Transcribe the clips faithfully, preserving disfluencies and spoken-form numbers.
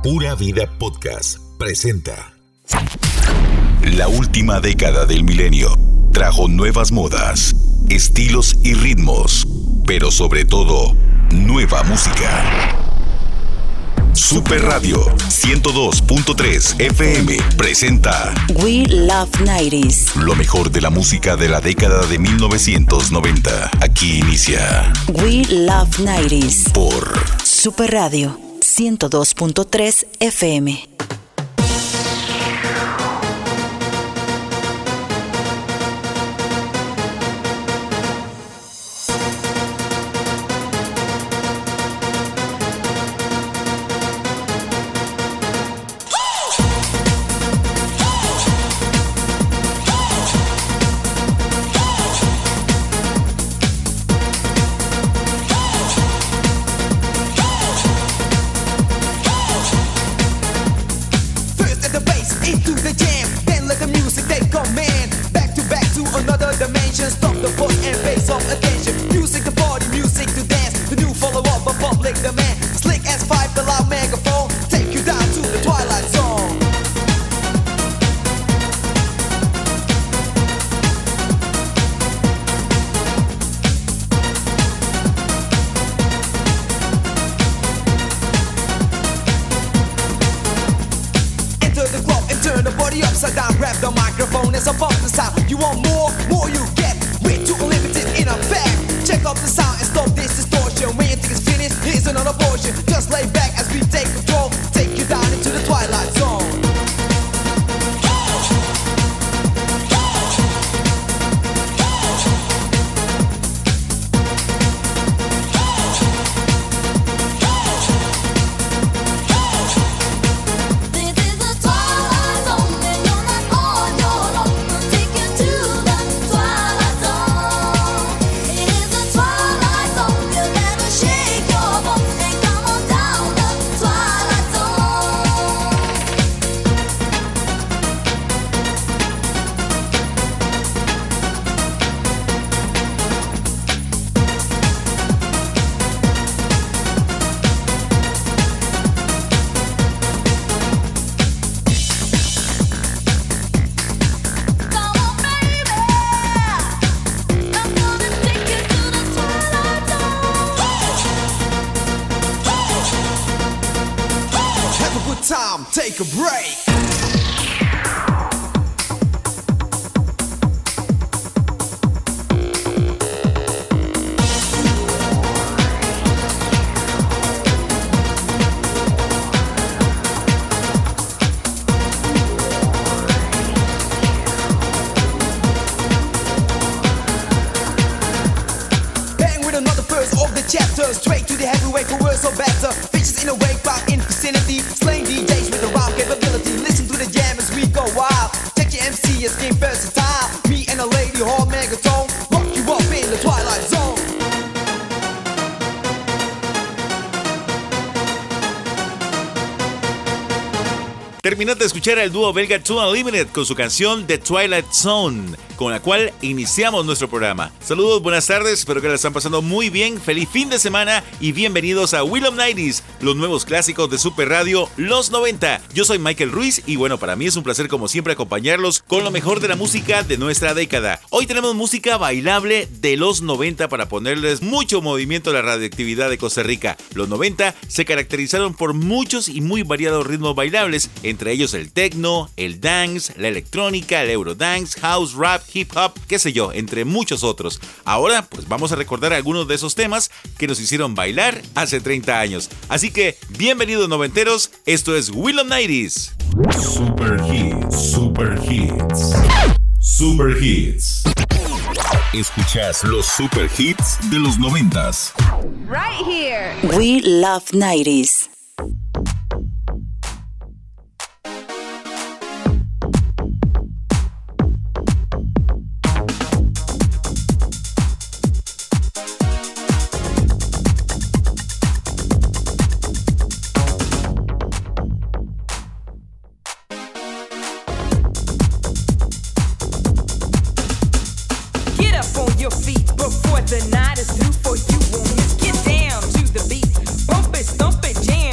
Pura Vida Podcast presenta. La última década del milenio trajo nuevas modas, estilos y ritmos, pero sobre todo, nueva música. Super Radio ciento dos punto tres F M presenta We Love nineties. Lo mejor de la música de la década de mil novecientos noventa. Aquí inicia We Love nineties por Super Radio ciento dos punto tres F M. Take a break. Bang with another verse of the chapter, straight to the heavyweight, who were so better. Bitches in a wake back in vicinity, slaying D Js with a round capability. Listen to the jam as we go wild. Take your M C as game versatile. Me and a lady hall megatone, lock you up in the twilight zone. Terminad de escuchar al dúo belga Two Unlimited con su canción The Twilight Zone, con la cual iniciamos nuestro programa. Saludos, buenas tardes, espero que la están pasando muy bien, feliz fin de semana y bienvenidos a We Love nineties, los nuevos clásicos de Super Radio, los noventa. Yo soy Michael Ruiz y bueno, para mí es un placer como siempre acompañarlos con lo mejor de la música de nuestra década. Hoy tenemos música bailable de los noventa para ponerles mucho movimiento a la radioactividad de Costa Rica. Los noventa se caracterizaron por muchos y muy variados ritmos bailables, entre ellos el techno, el dance, la electrónica, el eurodance, house, rap, hip hop, qué sé yo, entre muchos otros. Ahora, pues vamos a recordar algunos de esos temas que nos hicieron bailar hace treinta años. Así que, bienvenidos noventeros, esto es We Love nineties. Super Hits, Super Hits, Super Hits. Escuchás los super hits de los noventas. Right here. We Love nineties. your feet before the night is through. For you won't miss. Get down to the beat, bump it, stomp it, jam.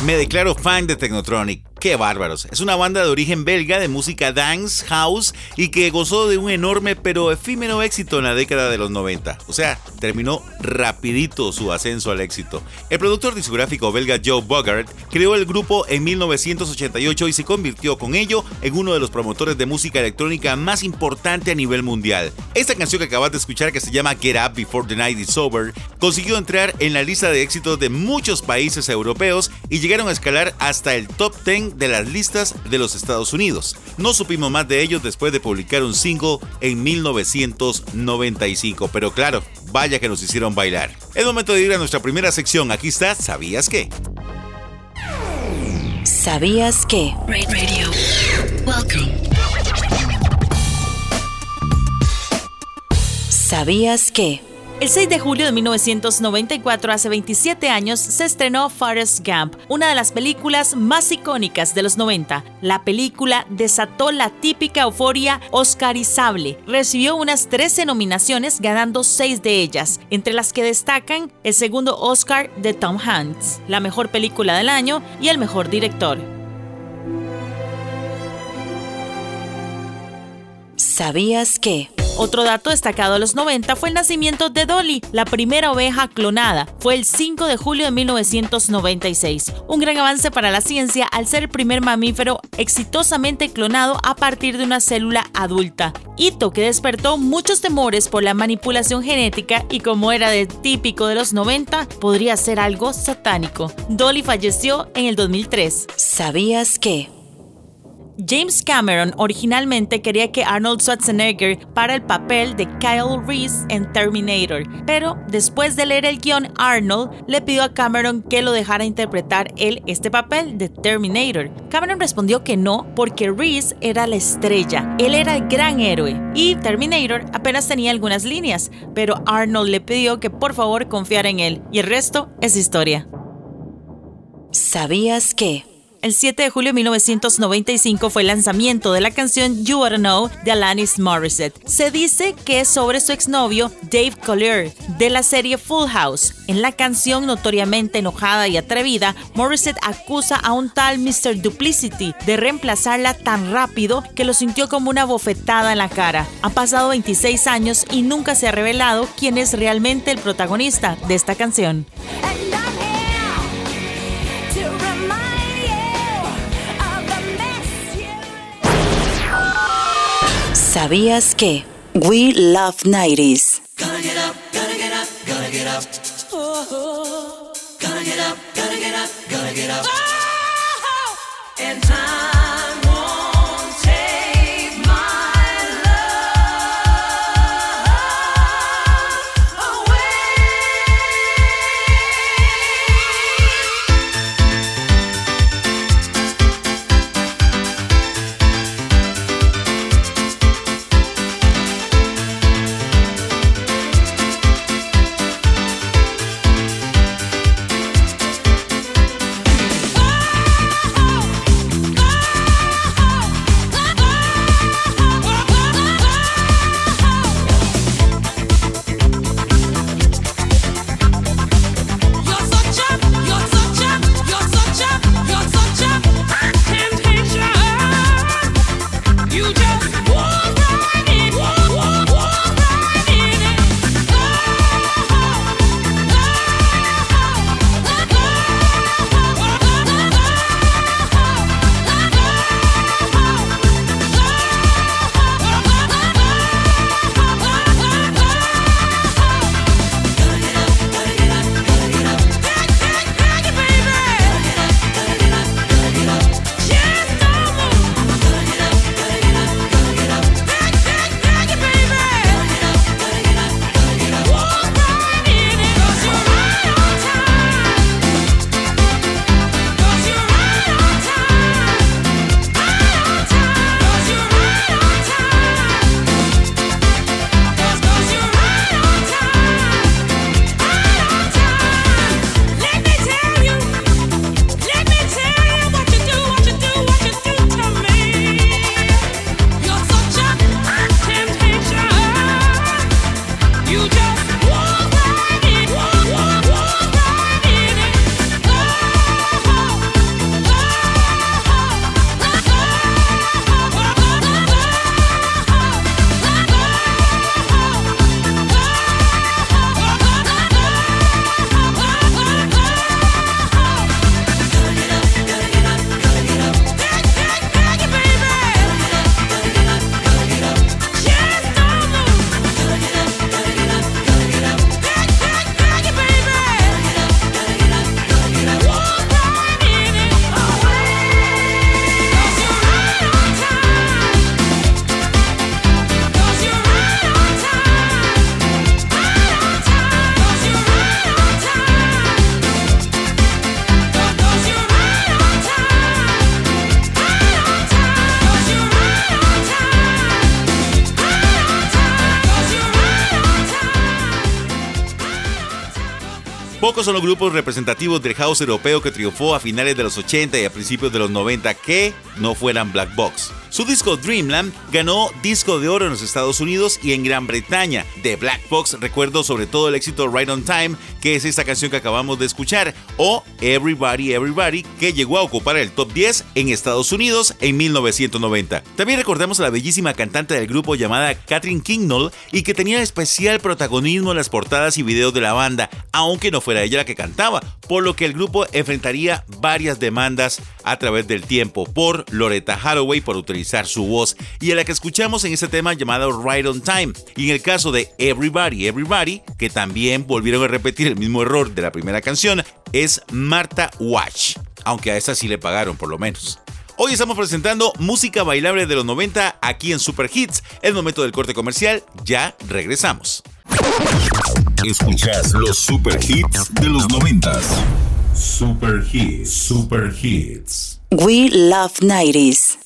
Me declaro fan de Technotronic. ¡Qué bárbaros! Es una banda de origen belga de música dance, house y que gozó de un enorme pero efímero éxito en la década de los noventa. O sea, terminó rapidito su ascenso al éxito. El productor discográfico belga Joe Bogart creó el grupo en mil novecientos ochenta y ocho y se convirtió con ello en uno de los promotores de música electrónica más importante a nivel mundial. Esta canción que acabas de escuchar, que se llama Get Up Before the Night is Over, consiguió entrar en la lista de éxitos de muchos países europeos y llegaron a escalar hasta el top diez de las listas de los Estados Unidos. No supimos más de ellos después de publicar un single en mil novecientos noventa y cinco, pero claro, vaya que nos hicieron bailar. Es momento de ir a nuestra primera sección. Aquí está ¿Sabías qué? ¿Sabías qué? Radio. Welcome. ¿Sabías qué? El seis de julio de mil novecientos noventa y cuatro, hace veintisiete años, se estrenó Forrest Gump, una de las películas más icónicas de los noventa. La película desató la típica euforia oscarizable. Recibió unas trece nominaciones, ganando seis de ellas, entre las que destacan el segundo Oscar de Tom Hanks, la mejor película del año y el mejor director. ¿Sabías qué? Otro dato destacado de los noventa fue el nacimiento de Dolly, la primera oveja clonada. Fue el cinco de julio de mil novecientos noventa y seis. Un gran avance para la ciencia al ser el primer mamífero exitosamente clonado a partir de una célula adulta. Hito que despertó muchos temores por la manipulación genética y, como era de típico de los noventa, podría ser algo satánico. Dolly falleció en el dos mil tres. ¿Sabías qué? James Cameron originalmente quería que Arnold Schwarzenegger para el papel de Kyle Reese en Terminator, pero después de leer el guión, Arnold le pidió a Cameron que lo dejara interpretar él este papel de Terminator. Cameron respondió que no, porque Reese era la estrella, él era el gran héroe y Terminator apenas tenía algunas líneas, pero Arnold le pidió que por favor confiara en él y el resto es historia. ¿Sabías qué? El siete de julio de mil novecientos noventa y cinco fue el lanzamiento de la canción You Oughta Know de Alanis Morissette. Se dice que es sobre su exnovio Dave Collier de la serie Full House. En la canción, notoriamente enojada y atrevida, Morissette acusa a un tal mister Duplicity de reemplazarla tan rápido que lo sintió como una bofetada en la cara. Han pasado veintiséis años y nunca se ha revelado quién es realmente el protagonista de esta canción. ¿Sabías qué? We love nineties. Gotta get up, gotta get up, gotta get up. Oh, gotta get up, gotta get up, gotta get up. Oh, and time won't take my love away. Oh, oh. Pocos son los grupos representativos del house europeo que triunfó a finales de los ochenta y a principios de los noventa que no fueran Black Box. Su disco Dreamland ganó disco de oro en los Estados Unidos y en Gran Bretaña. De Black Box recuerdo sobre todo el éxito Right on Time, que es esta canción que acabamos de escuchar, o Everybody Everybody, que llegó a ocupar el top diez en Estados Unidos en mil novecientos noventa. También recordamos a la bellísima cantante del grupo llamada Kathryn Kignall y que tenía especial protagonismo en las portadas y videos de la banda, aunque no fuera ella la que cantaba, por lo que el grupo enfrentaría varias demandas a través del tiempo por Loretta Hathaway por utilizar su voz, y a la que escuchamos en este tema llamado Right on Time. Y en el caso de Everybody Everybody, que también volvieron a repetir el mismo error de la primera canción, es Martha Wash, aunque a esa sí le pagaron por lo menos. Hoy estamos presentando música bailable de los noventa aquí en Super Hits. El momento del corte comercial, ya regresamos. Escuchas los super hits de los noventas. Super Hits, Super Hits. We love nineties.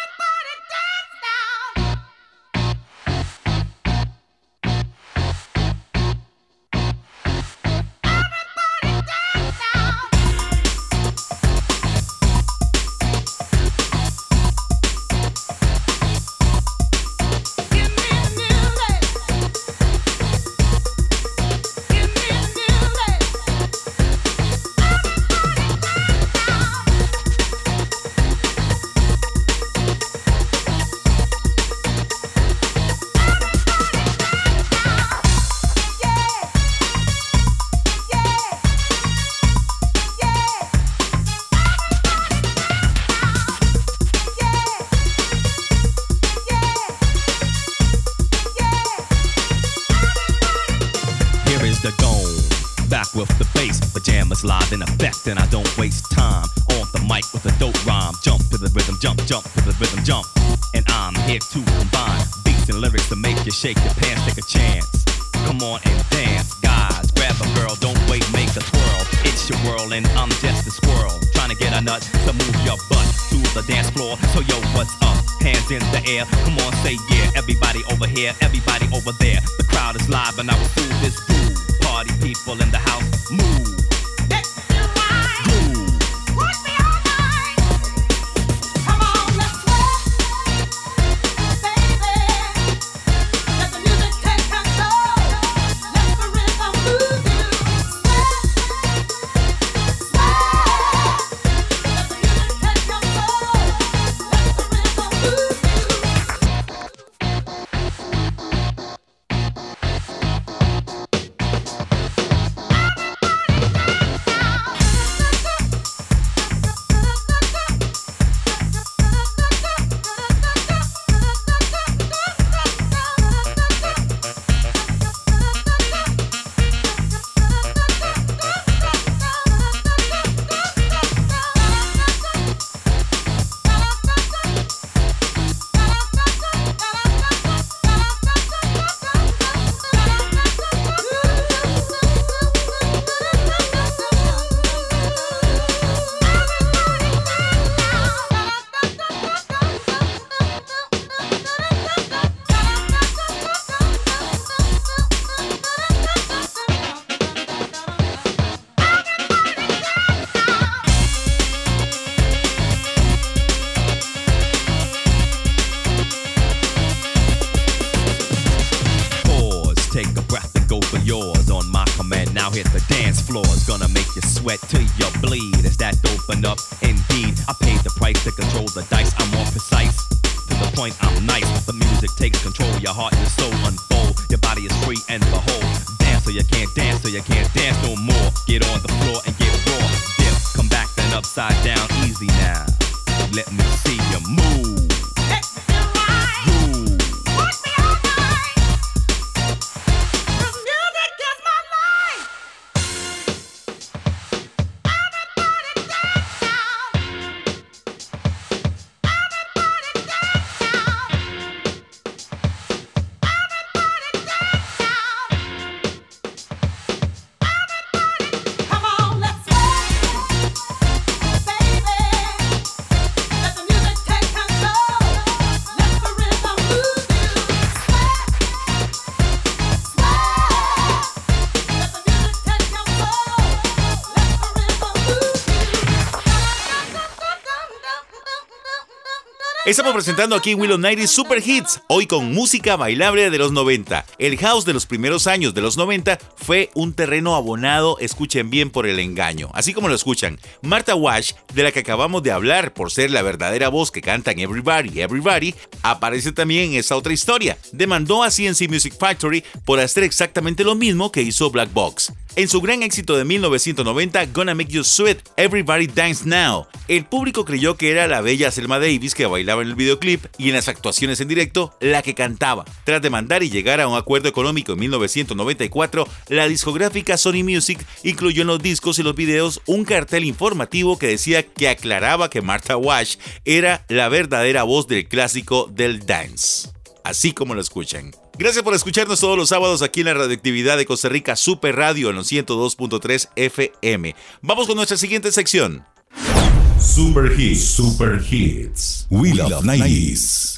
Live in effect, and I don't waste time on the mic with a dope rhyme. Jump to the rhythm, jump, jump to the rhythm, jump. And I'm here to combine beats and lyrics to make you shake your pants, take a chance. Come on and dance, guys. Grab a girl, don't wait, make a twirl. It's your world, and I'm just a squirrel trying to get a nut to move your butt to the dance floor. So yo, what's up? Hands in the air, come on, say yeah. Everybody over here, everybody over there. The crowd is live, and I will do this groove. Party people in the house, move. Sweat till you bleed. Is that open up? Indeed, I paid the price to control the dice. I'm more precise. To the point, I'm nice. The music takes control. Your heart and your soul unfold. Your body is free and behold. Dance so you can't dance, so you can't dance no more. Get on the floor and get raw. Dip, come back then upside down. Easy now. Let me see you move. Control. Estamos presentando aquí Willow noventa Super Hits, hoy con música bailable de los noventa. El house de los primeros años de los noventa fue un terreno abonado, escuchen bien, por el engaño. Así como lo escuchan, Martha Wash, de la que acabamos de hablar por ser la verdadera voz que canta en Everybody, Everybody, aparece también en esta otra historia. Demandó a C and C Music Factory por hacer exactamente lo mismo que hizo Black Box. En su gran éxito de mil novecientos noventa, Gonna Make You Sweat, Everybody Dance Now, el público creyó que era la bella Selma Davis que bailaba en el videoclip y en las actuaciones en directo la que cantaba. Tras demandar y llegar a un acuerdo económico en mil novecientos noventa y cuatro, la discográfica Sony Music incluyó en los discos y los videos un cartel informativo que decía que aclaraba que Martha Wash era la verdadera voz del clásico del dance. Así como lo escuchan. Gracias por escucharnos todos los sábados aquí en la radioactividad de Costa Rica Super Radio en los ciento dos punto tres F M. Vamos con nuestra siguiente sección. Super Hits, Super Hits. We Love nineties.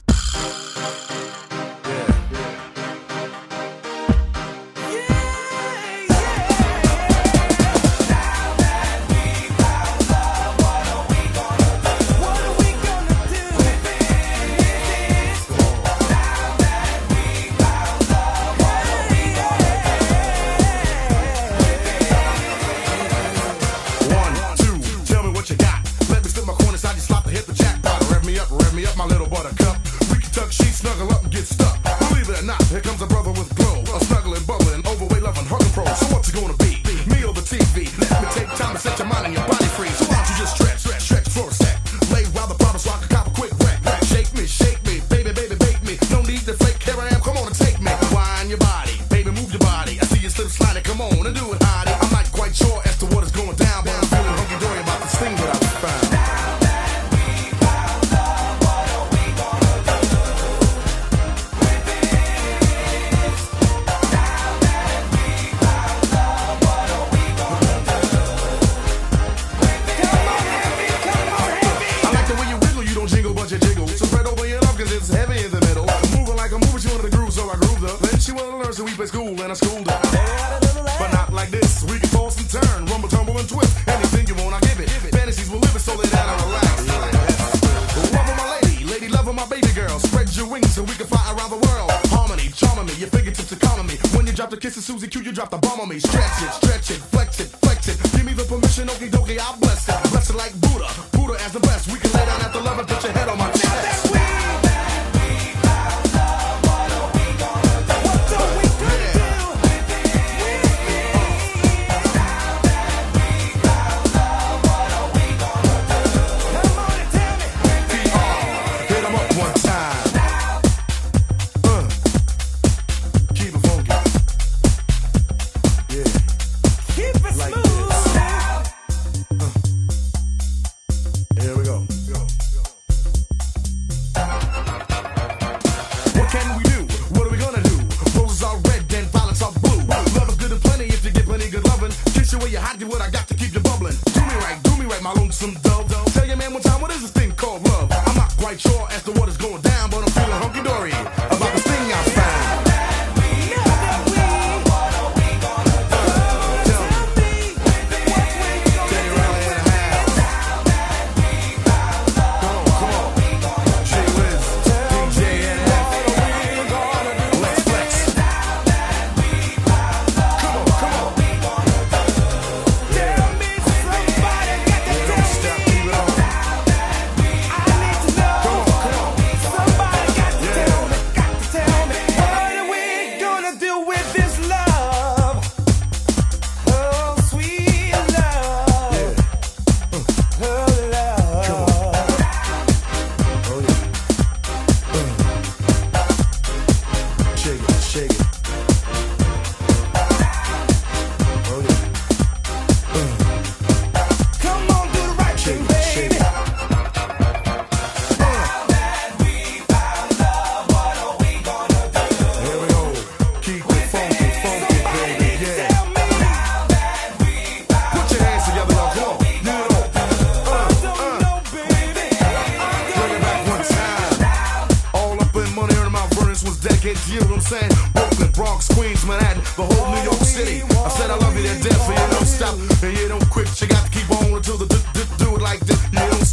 You know what I'm saying? Brooklyn, Bronx, Queens, Manhattan, the whole New York City. I said I love you to death, and you don't stop, and you don't quit. You got to keep on until the do, do, do it like this. You don't stop.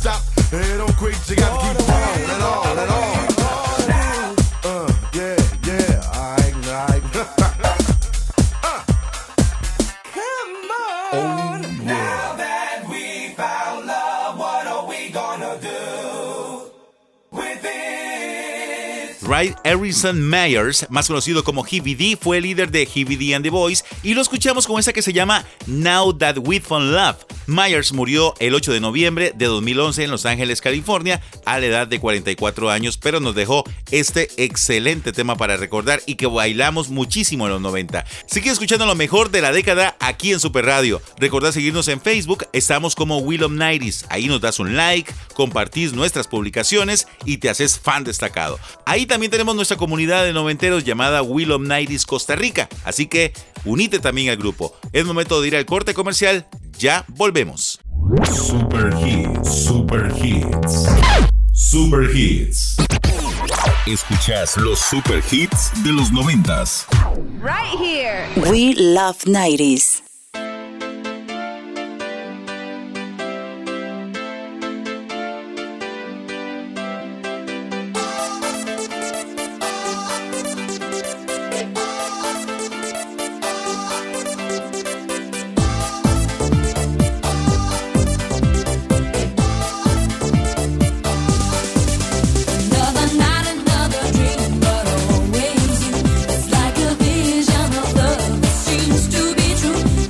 Hey, don't quit, you gotta keep on and on and on. Uh, yeah, yeah, alright, alright. uh. Come on. Oh, yeah. Now that we found love, what are we gonna do with it? Ray Harrison Myers, más conocido como Heavy D, fue el líder de Heavy D and the Boys y lo escuchamos con esa que se llama Now That We Found Love. Myers murió el ocho de noviembre de dos mil once en Los Ángeles, California, a la edad de cuarenta y cuatro años, pero nos dejó este excelente tema para recordar y que bailamos muchísimo en los noventa. Sigue escuchando lo mejor de la década aquí en Super Radio. Recordá seguirnos en Facebook, estamos como Will of nineties. Ahí nos das un like, compartís nuestras publicaciones y te haces fan destacado. Ahí también tenemos nuestra comunidad de noventeros llamada Will of nineties Costa Rica, así que unite también al grupo. Es momento de ir al corte comercial. Ya volvemos. Super Hits, Super Hits, Super Hits. Escuchas los Super Hits de los noventas. Right here. We love nineties. Another night, another dream, but always you. It's like a vision of love that seems to be true.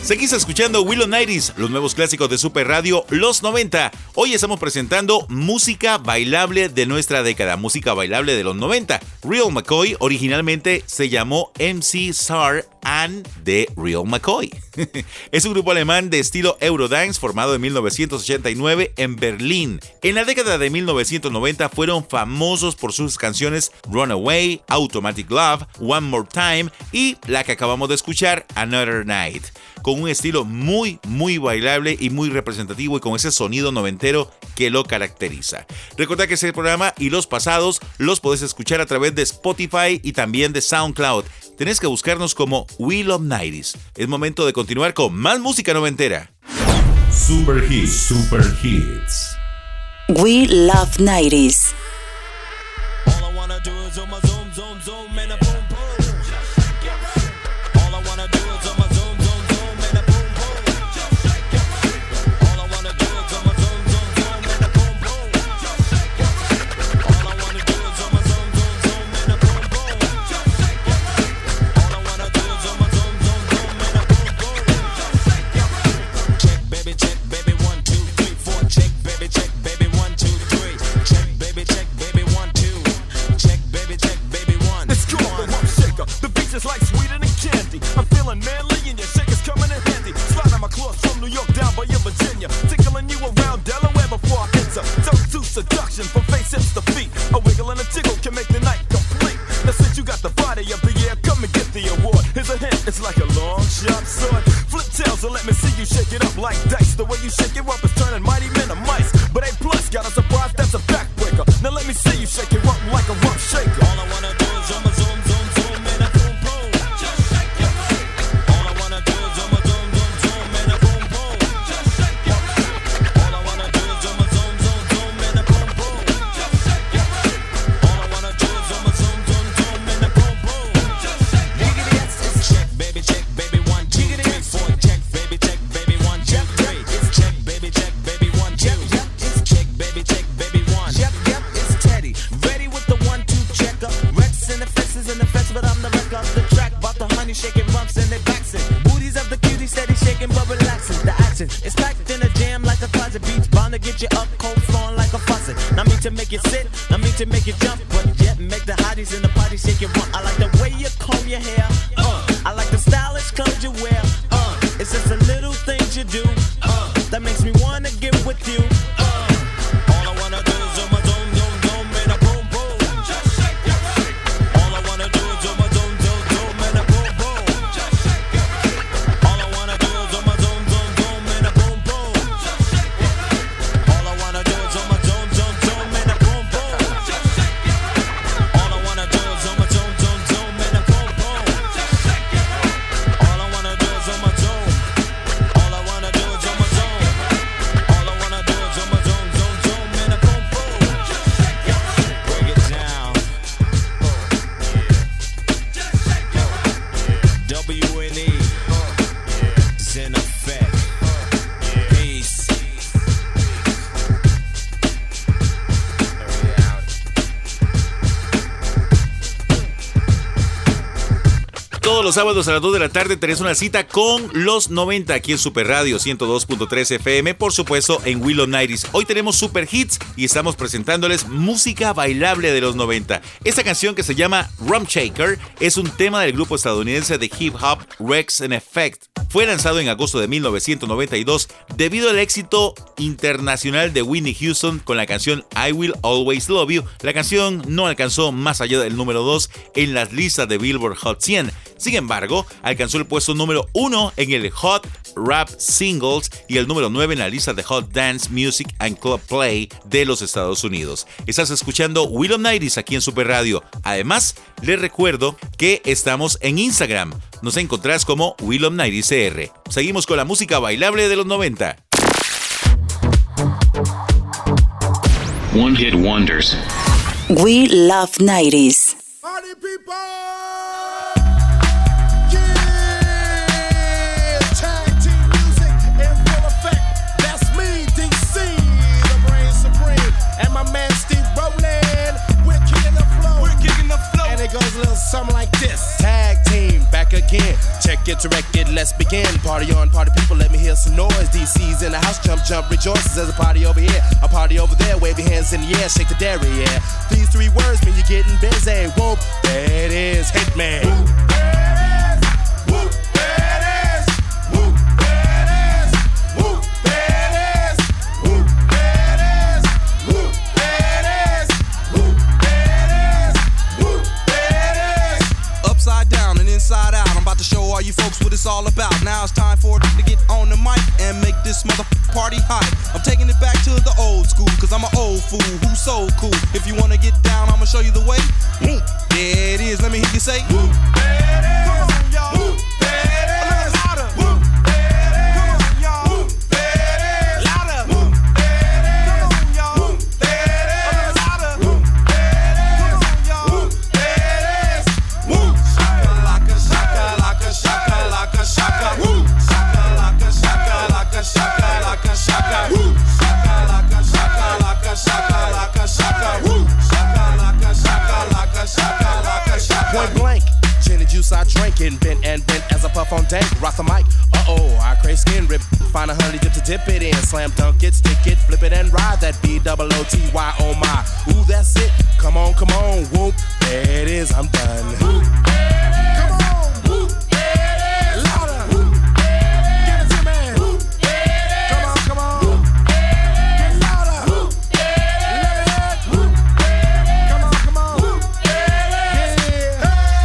Seguís escuchando Willow nineties, los nuevos clásicos de Super Radio Los noventa. Hoy estamos presentando música bailable de nuestra década, música bailable de los noventa. Real McCoy originalmente se llamó M C Sar and the Real McCoy. Es un grupo alemán de estilo Eurodance formado en mil novecientos ochenta y nueve en Berlín. En la década de mil novecientos noventa fueron famosos por sus canciones Runaway, Automatic Love, One More Time y la que acabamos de escuchar, Another Night, con un estilo muy, muy bailable y muy representativo y con ese sonido noventero que lo caracteriza. Recuerda que este programa y los pasados los podés escuchar a través de Spotify y también de SoundCloud. Tenés que buscarnos como We Love nineties. Es momento de continuar con más música noventera. Super Hits, Super Hits. We Love nineties. All I wanna do is on my zoom, zoom, zoom, and a boom, boom. All I wanna do is on my zoom, zoom, zoom, and a boom, boom. All I wanna do is on my zoom, zoom, zoom, and a boom, boom. All I wanna do is on my zoom, zoom, zoom, and a boom, boom. All I wanna do is on my zoom, zoom, zoom, and a boom, boom. Check, baby, check, baby, one, two, three, four. Check, baby, check, baby, one, two, three. Check, baby, check, baby, one, two. Check, baby, check, baby, one. It's cool, the rump shaker. The beach is like sweeter than candy. I'm feeling manly and your shaker's coming in handy. Sliding my claws from New York down by your Virginia. Tickling you around Delaware before I enter. Turn to seduction from face hips to feet. A wiggle and a tickle can make the night complete. Now since you got the body of the year, come and get the award. Here's a hint, it's like a long, sharp sword. Flip tails and let me see you shake it up like dice. The way you shake it up is turning mighty men to mice. But A plus got a surprise, that's a backbreaker. Now let me see you shake it up like a rump shaker. All I wanna do is on my zoom, zoom, zoom, and a boom, boom. Just shake your body. All I wanna do is on my zoom, zoom, zoom, and a boom, boom. Just shake your body. All I wanna do is on my zoom, zoom, zoom, and a boom, boom. Just shake your body. All I wanna do is on my zoom, zoom, zoom, and a boom, boom. Just shake your body. Check, baby, check, baby, one, two, three, four. Check, baby, check, baby, one, two, three. It's check, baby, check, baby, one, two. It's check, baby, check, baby, one. Yep, yep, it's Teddy. Ready with the one, two checker. Rex in the faces and the fence, but I'm the wreck off the track. Bought the honey shaking rumps and they backs booties of the cutie steady shaking but relaxing. The action is packed in a jam like a closet. Beats bound to get you up, cold flowing like a faucet. Not me to make you sit, not me to make you jump, but yet make the hotties in the party shake it rump. I like the way you comb your hair. Uh, I like the stylish clothes you wear. Uh, it's just the little things you do. Uh, that makes me wanna get with you. Uh, all I wanna do is on my zoom, zoom, zoom, and a boom, boom. Just shake your body. All I wanna do is on my zoom, zoom, zoom, and a boom, boom. Just shake your body. All I wanna do is on my zoom, zoom, zoom, and a boom, boom. Just shake your body. All I wanna do is on my zoom, zoom, zoom, and a boom, boom. Just shake your body. All I wanna do is on my zoom, zoom, zoom, and a boom, boom. Just shake your body. All I wanna do is on my zoom. All I wanna do is on my zoom. All I wanna do is on my zoom, zoom, zoom, and a boom, boom. Just shake your body. Break it down. Just shake your body. W N E is in effect. Peace. Todos los sábados a las dos de la tarde tenés una cita con los noventa aquí en Super Radio ciento dos punto tres F M, por supuesto en We Love nineties. Hoy tenemos Super Hits y estamos presentándoles música bailable de los noventa. Esta canción, que se llama Rump Shaker, es un tema del grupo estadounidense de hip hop Rex and Effect. Fue lanzado en agosto de mil novecientos noventa y dos debido al éxito internacional de Whitney Houston con la canción I Will Always Love You. La canción no alcanzó más allá del número dos en las listas de Billboard Hot cien. Sin embargo, alcanzó el puesto número uno en el Hot Rap Singles y el número nueve en la lista de Hot Dance Music and Club Play de los Estados Unidos. Estás escuchando We Love nineties aquí en Super Radio. Además, les recuerdo que estamos en Instagram. Nos encontrás como We Love nineties C R. Seguimos con la música bailable de los noventa. One Hit Wonders. We Love nineties. Party people! Goes a little something like this. Tag team back again. Check it, direct it, let's begin. Party on, party people, let me hear some noise. D C's in the house, jump, jump, rejoices. There's a party over here, a party over there. Wave your hands in the air, shake the dairy, yeah. These three words mean you're getting busy. Whoop, there it is, hit me. Whoop, there it is. Whoop, there it is. Whoop, there it is. Whoop, there it is. Whoop, there it is. Whoop, there it is. Whoop, there it is. Upside down and inside out, I'm about to show all you folks what it's all about. Now it's time for it to get on the mic and make this mother party hot. I'm taking it back to the old school, cause I'm an old fool who's so cool. If you wanna get down, I'ma show you the way. Whoop, there it is, let me hear you say whoop, there it is. Come on, y'all. Whoop, there it is. Louder. Whoop, there it is. Come on, y'all. Whoop, there it is. Louder. Whoop, there it is. Come on, y'all. Whoop, there it is. Louder. Whoop, there it is. Come on, y'all. Whoop, there it is. Whoop, shaka laka shaka laka shaka laka shaka. Whoop, shaka laka shaka laka shaka laka shaka. Whoop, shaka laka shaka laka shaka laka shaka. Whoop, shaka laka shaka laka shaka laka shaka. Point blank, gin and juice I drink and bent and bent as I puff on dank. Rock the mic, uh oh, I crave skin rip. Find a honey dip to dip it in. Slam dunk it, stick it, flip it and ride that B O O T Y, oh my. Ooh, that's it, come on, come on, whoop, there it is, I'm done. Whoop, come on, whoop, there it is. Louder, whoop, give it to me. Whoop, come on, come on, whoop, get louder. Whoop, let it, whoop, come on, come on, whoop, yeah.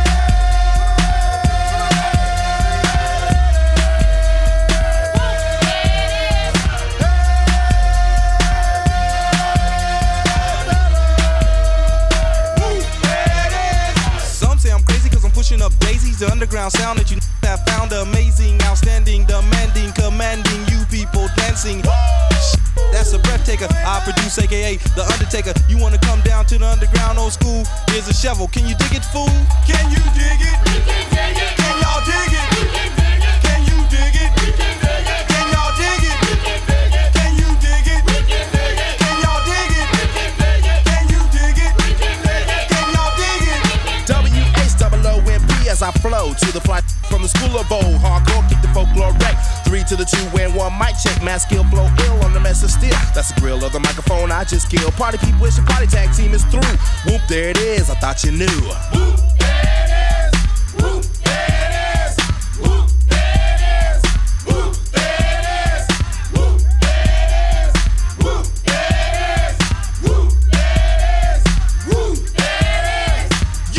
Some say I'm crazy cause I'm pushing up daisies. The underground sound that you have found amazing, outstanding, demanding, commanding you people dancing. That's a breath taker. I produce, aka The Undertaker. You wanna come down to the underground old school? Here's a shovel. Can you dig it, fool? Can you dig it? We can dig it. Can y'all dig it? We can dig it. Can you dig it? We can dig it. Can y'all dig it? We can dig it. Can you dig it? We can dig it. Can y'all dig it? We can dig it. Can you dig it? We can dig it. Can y'all dig it? W H O O M P as I flow to the fly from the school of old. Hardcore, kick the folklore wreck. Three to the two and one mic check. Mass skill flow ill on the mess of steel. That's the grill of the microphone I just killed. Party people, it's your party tag team is through. Whoop, there it is, I thought you knew. Whoop, there it is. Whoop, there it is. Whoop, there it is. Whoop, there it is. Whoop, there it is. Whoop, there it is. Whoop, there it is. Whoop, there it is.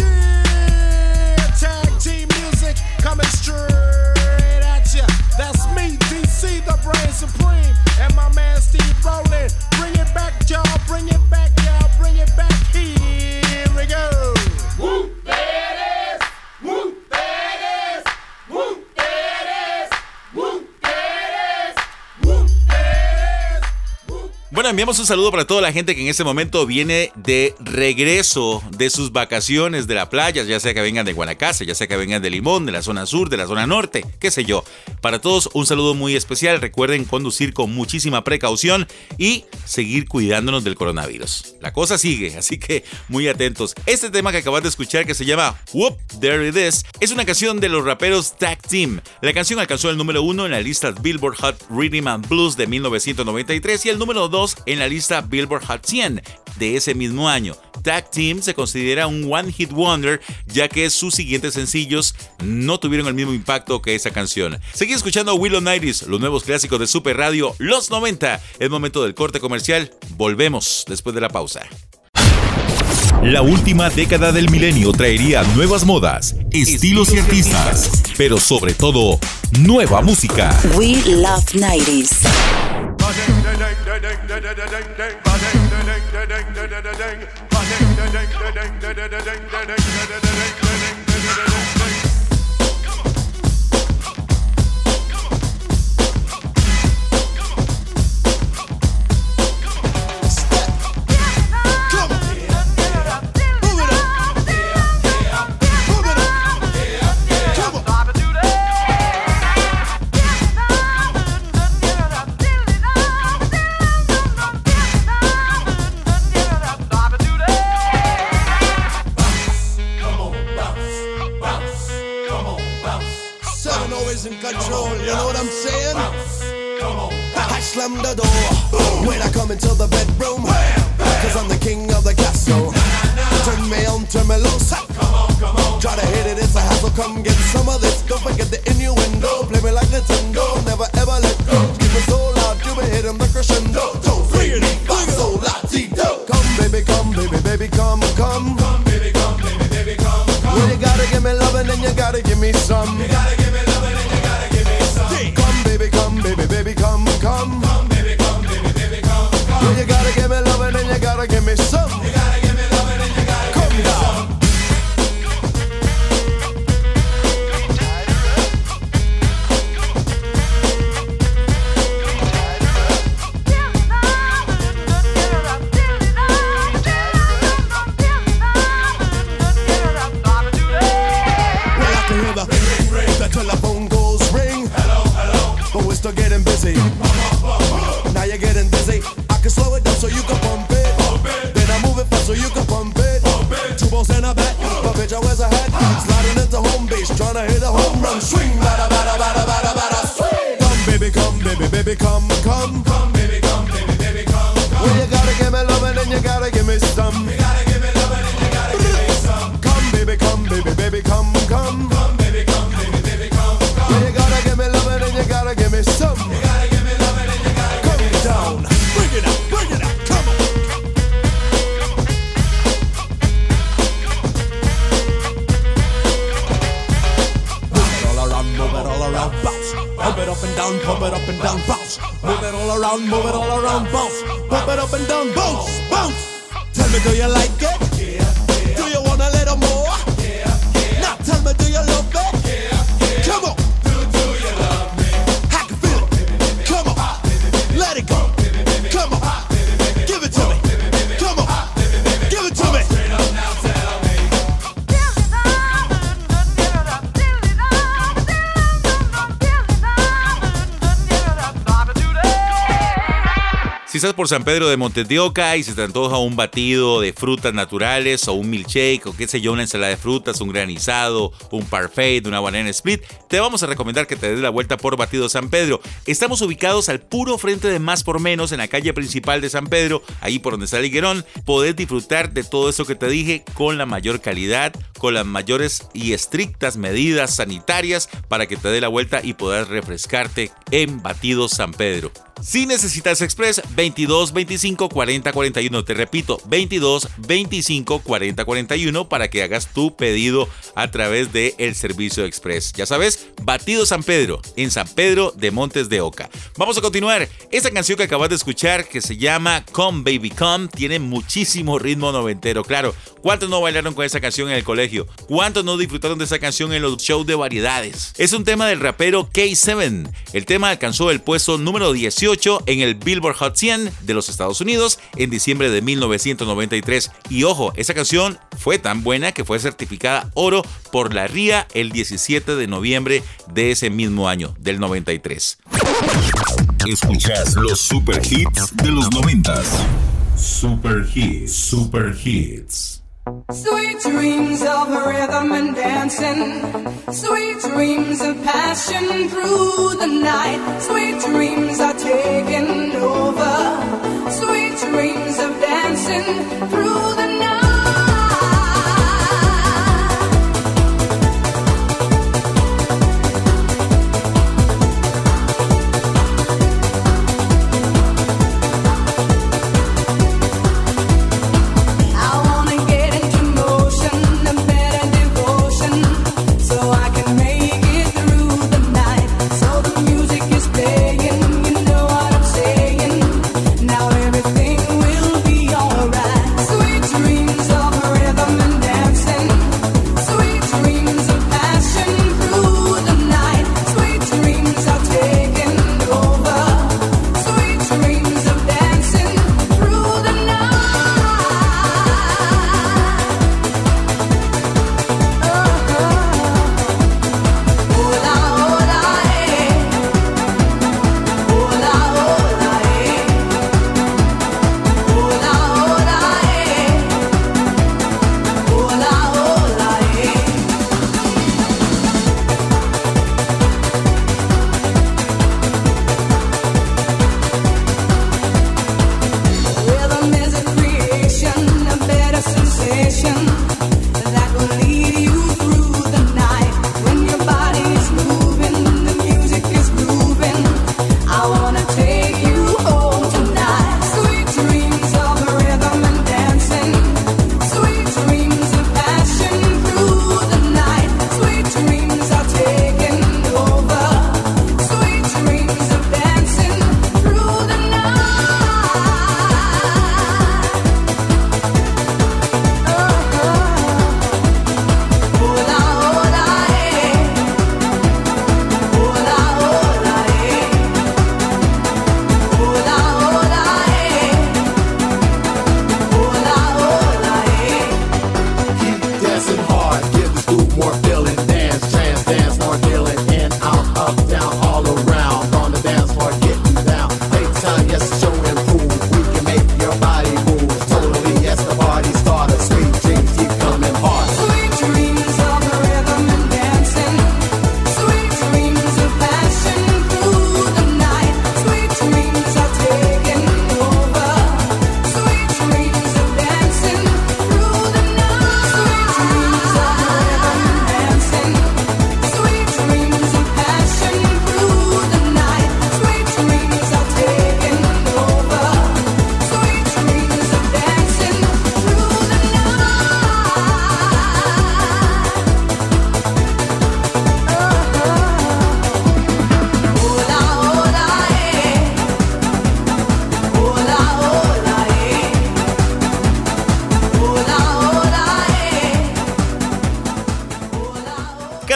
Yeah, tag team music coming straight at ya. That's me, D C, the brain supreme, and my man Steve Rowland. Bring it back, y'all, bring it back, y'all, bring it back. Here we go. Whoop, there it is. Whoop, there it is. Whoop, there it is. Whoop, there it is. Whoop, there it is. Whoop. Bueno, enviamos un saludo para toda la gente que en este momento viene de regreso de sus vacaciones de la playa, ya sea que vengan de Guanacaste, ya sea que vengan de Limón, de la zona sur, de la zona norte, qué sé yo. Para todos un saludo muy especial. Recuerden conducir con muchísima precaución y seguir cuidándonos del coronavirus. La cosa sigue, así que muy atentos. Este tema que acabas de escuchar, que se llama Whoop, There It Is, es una canción de los raperos Tag Team. La canción alcanzó el número uno en la lista Billboard Hot Rhythm and Blues de mil novecientos noventa y tres y el número dos en la lista Billboard Hot cien de ese mismo año. Tag Team se considera un One Hit Wonder, ya que sus siguientes sencillos no tuvieron el mismo impacto que esa canción. Seguí escuchando Willow nineties, los nuevos clásicos de Super Radio, los noventa. Es momento del corte comercial. Volvemos después de la pausa. La última década del milenio traería nuevas modas, estilos y artistas, pero sobre todo, nueva música. We love nineties. Bounce, bounce. slam the door. When I come into the bedroom, cause I'm the king of the castle. Turn me on, turn me loose. Come on, come on. Try to hit it, it's a hassle. Come get some of this. Don't forget the innuendo. Play me like Nintendo. Never ever let go. Keep it so loud, you be hitting the crescendo. Don't bring me back so latito. Come, baby, come, baby, baby, come, come. Come, baby, come, baby, baby, come, come. Well, you gotta give me loving and you gotta give me some. You gotta give me loving and you gotta give me some. Come, baby, come, baby, baby, come, come. Come, baby, come, baby, baby, come, come. Well, you gotta give me loving and you gotta give me some. You gotta give me loving and you gotta give me some. The telephone goes ring. Hello, hello. But we're still getting busy. Now you're getting dizzy. I can slow it down so you can pump it. Pump it. Then I move it fast so you can pump it. Pump it. Two balls in a bat. But bitch, I wears a hat. Sliding into home base, trying to hit a home run. Swing, bada, bada, bada, bada, bada, swing. Come, baby, come, baby, baby, come, come. Come, baby, come, baby, baby, come, come. Well, you gotta give me loving and you gotta give me some. You gotta give me loving and you gotta give me some. Come, baby, come, baby, baby, come, come. Come, baby, come, baby, baby, come, come. Well, you gotta give me loving and you gotta give me some. You gotta give me loving and you gotta come give me down. Bring it up, bring it up, come on. Move it all around, move it all around, bounce. Pump it up and down, pump it up and down, bounce. Move it all around, move it all around, bounce. Pump it up and down, bounce, bounce. Tell me, do you like it? Yeah, yeah. Do you want a little more? Yeah, yeah. Now tell me, do you love it? Yeah, yeah. Come on. Do, do you love me? I can feel it. Come on. Let it go. Come on. Give it to me. Come on. Give it to me. Straight up now, tell me. Si estás por San Pedro de Montes de Oca y se te antoja un batido de frutas naturales o un milkshake o qué sé yo, una ensalada de frutas, un granizado, un parfait, una banana split, te vamos a recomendar que te des la vuelta por Batido San Pedro. Estamos ubicados al puro frente de Más por Menos en la calle principal de San Pedro, ahí por donde está el higuerón. Podés disfrutar de todo eso que te dije con la mayor calidad, con las mayores y estrictas medidas sanitarias para que te dé la vuelta y puedas refrescarte en Batido San Pedro. Si necesitas Express, veintidós veinticinco cuarenta cuarenta y uno, te repito, veintidós veinticinco cuarenta cuarenta y uno para que hagas tu pedido a través del servicio Express. Ya sabes, Batido San Pedro, en San Pedro de Montes de Oca. Vamos a continuar. Esta canción que acabas de escuchar, que se llama Come Baby Come, tiene muchísimo ritmo noventero. Claro, ¿cuántos no bailaron con esa canción en el colegio? ¿Cuántos no disfrutaron de esa canción en los shows de variedades? Es un tema del rapero K siete. El tema alcanzó el puesto número dieciocho en el Billboard Hot cien de los Estados Unidos en diciembre de mil novecientos noventa y tres. Y ojo, esa canción fue tan buena que fue certificada oro por la R I A el diecisiete de noviembre de ese mismo año, del noventa y tres. Escuchas los super hits de los noventas. Super hits, super hits. Sweet dreams of rhythm and dancing, sweet dreams of passion through the night, sweet dreams are taking over, sweet dreams of dancing through the night. Playing, you know what I'm saying. Now everything will be alright.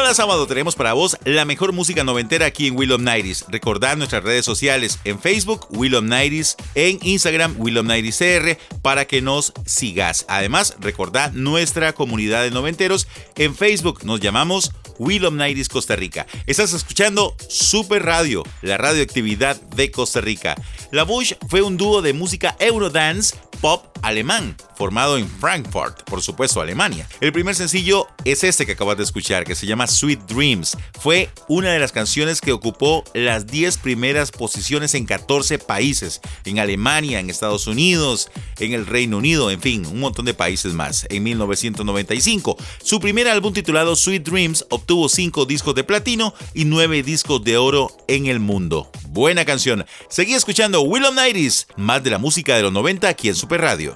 Cada sábado tenemos para vos la mejor música noventera aquí en Will of nineties. Recordad nuestras redes sociales en Facebook, Will of nineties, en Instagram, Will of nineties C R, para que nos sigas. Además, recordad nuestra comunidad de noventeros en Facebook. Nos llamamos Will of nineties Costa Rica. Estás escuchando Super Radio, la radioactividad de Costa Rica. La Bush fue un dúo de música Eurodance pop alemán, formado en Frankfurt, por supuesto, Alemania. El primer sencillo es este que acabas de escuchar, que se llama Sweet Dreams. Fue una de las canciones que ocupó las diez primeras posiciones en catorce países, en Alemania, en Estados Unidos, en el Reino Unido, en fin, un montón de países más. En mil novecientos noventa y cinco, su primer álbum titulado Sweet Dreams obtuvo cinco discos de platino y nueve discos de oro en el mundo. Buena canción. Seguí escuchando Will of nineties, más de la música de los noventa aquí en Super Radio.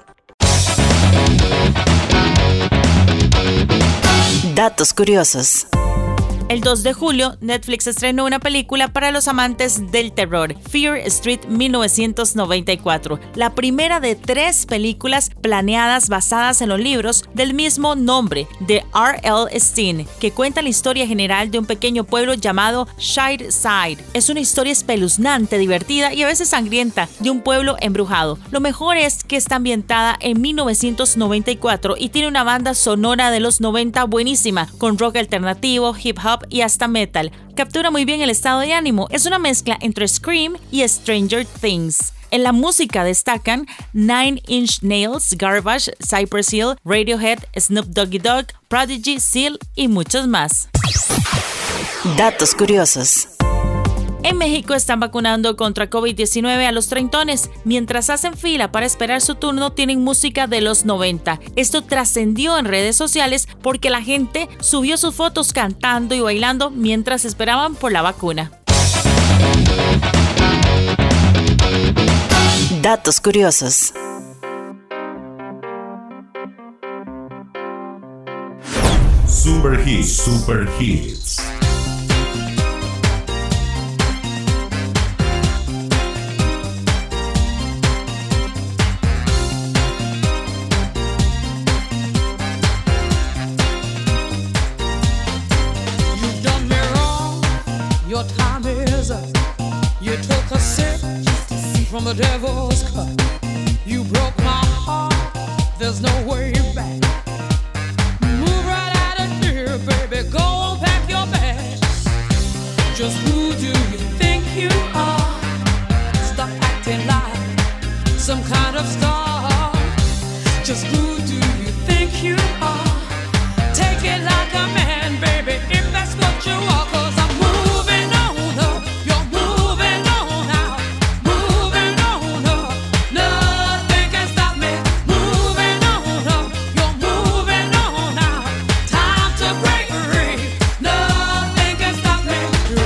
Datos curiosos. El dos de julio, Netflix estrenó una película para los amantes del terror, Fear Street mil novecientos noventa y cuatro, la primera de tres películas planeadas basadas en los libros del mismo nombre de R L Stine, que cuenta la historia general de un pequeño pueblo llamado Shadyside. Es una historia espeluznante, divertida y a veces sangrienta de un pueblo embrujado. Lo mejor es que está ambientada en mil novecientos noventa y cuatro y tiene una banda sonora de los noventa buenísima, con rock alternativo, hip hop y hasta metal. Captura muy bien el estado de ánimo. Es una mezcla entre Scream y Stranger Things. En la música destacan Nine Inch Nails, Garbage, Cypress Hill, Radiohead, Snoop Doggy Dogg, Prodigy, Seal y muchos más. Datos curiosos. En México están vacunando contra COVID diecinueve a los treintones. Mientras hacen fila para esperar su turno, tienen música de los noventa. Esto trascendió en redes sociales porque la gente subió sus fotos cantando y bailando mientras esperaban por la vacuna. Datos curiosos. Super Hits, Super Hits. Your time is up. You took a sip from the devil's cup. You broke my heart. There's no way back. Move right out of here, baby. Go pack your bags. Just who do you think you are? Stop acting like some kind of star. Just who do you think you are? Take it like a man, baby, if that's what you are. 'Cause I'm moving on up. You're moving on out. Moving on up. Nothing can stop me. Moving on up. You're moving on out. Time to break free. Nothing can stop me.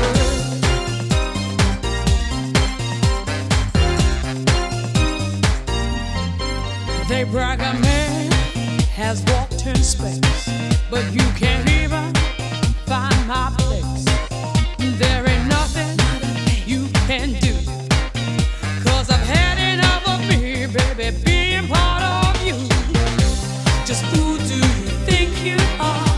They brag a man has walked in space, but you can't even find my place. There ain't nothing you can do, 'cause I've had enough of me, baby, being part of you. Just who do you think you are?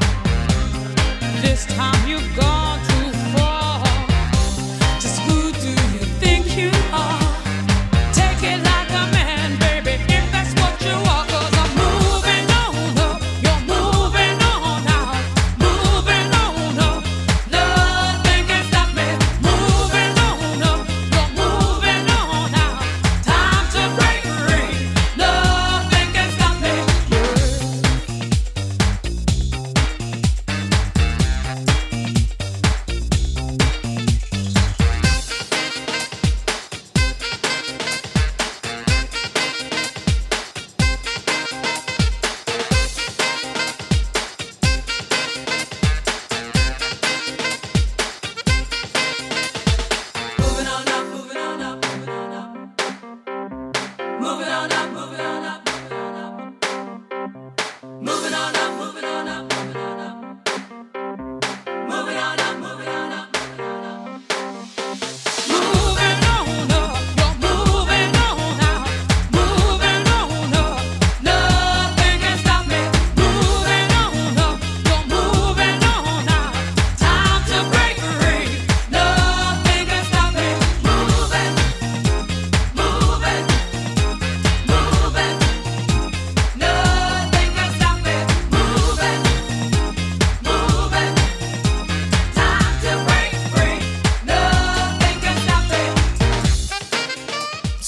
This time you've gone too far. Just who do you think you are? Take it like a man, baby, if that's what you are. 'Cause I'm moving on up. You're moving on out. Moving on up. Nothing can stop me. Moving on up. You're moving on out. Time to break free. Nothing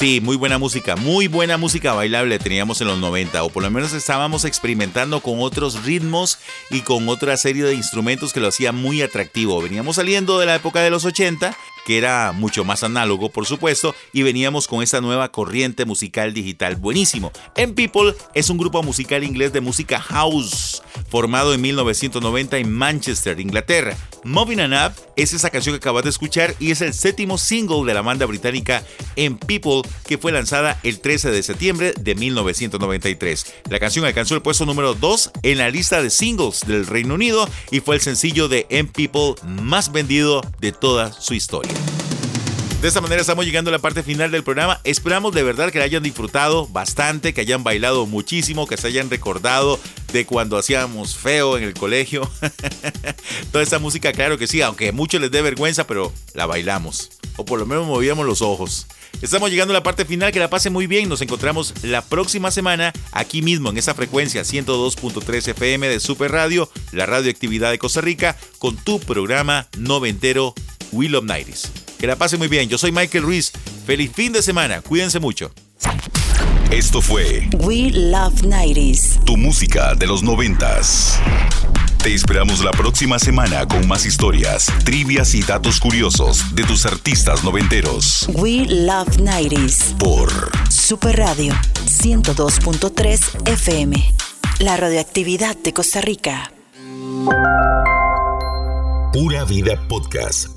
Sí, muy buena música, muy buena música bailable teníamos en los noventa, o por lo menos estábamos experimentando con otros ritmos y con otra serie de instrumentos que lo hacía muy atractivo. Veníamos saliendo de la época de los ochenta, que era mucho más análogo, por supuesto, y veníamos con esta nueva corriente musical digital. Buenísimo. M People es un grupo musical inglés de música house, formado en mil novecientos noventa en Manchester, Inglaterra. Moving On Up es esa canción que acabas de escuchar y es el séptimo single de la banda británica M People, que fue lanzada el trece de septiembre de mil novecientos noventa y tres. La canción alcanzó el puesto número dos en la lista de singles del Reino Unido y fue el sencillo de M People más vendido de toda su historia. De esta manera estamos llegando a la parte final del programa. Esperamos de verdad que la hayan disfrutado bastante, que hayan bailado muchísimo, que se hayan recordado de cuando hacíamos feo en el colegio. Toda esta música, claro que sí, aunque a muchos les dé vergüenza, pero la bailamos. O por lo menos movíamos los ojos. Estamos llegando a la parte final, que la pase muy bien. Nos encontramos la próxima semana aquí mismo en esa frecuencia ciento dos punto tres F M de Super Radio, la radioactividad de Costa Rica, con tu programa noventero We Love nineties. Que la pase muy bien. Yo soy Michael Ruiz. Feliz fin de semana. Cuídense mucho. Esto fue We Love nineties. Tu música de los noventas. Te esperamos la próxima semana con más historias, trivias y datos curiosos de tus artistas noventeros. We Love nineties. Por Super Radio ciento dos punto tres F M. La radioactividad de Costa Rica. Pura Vida Podcast.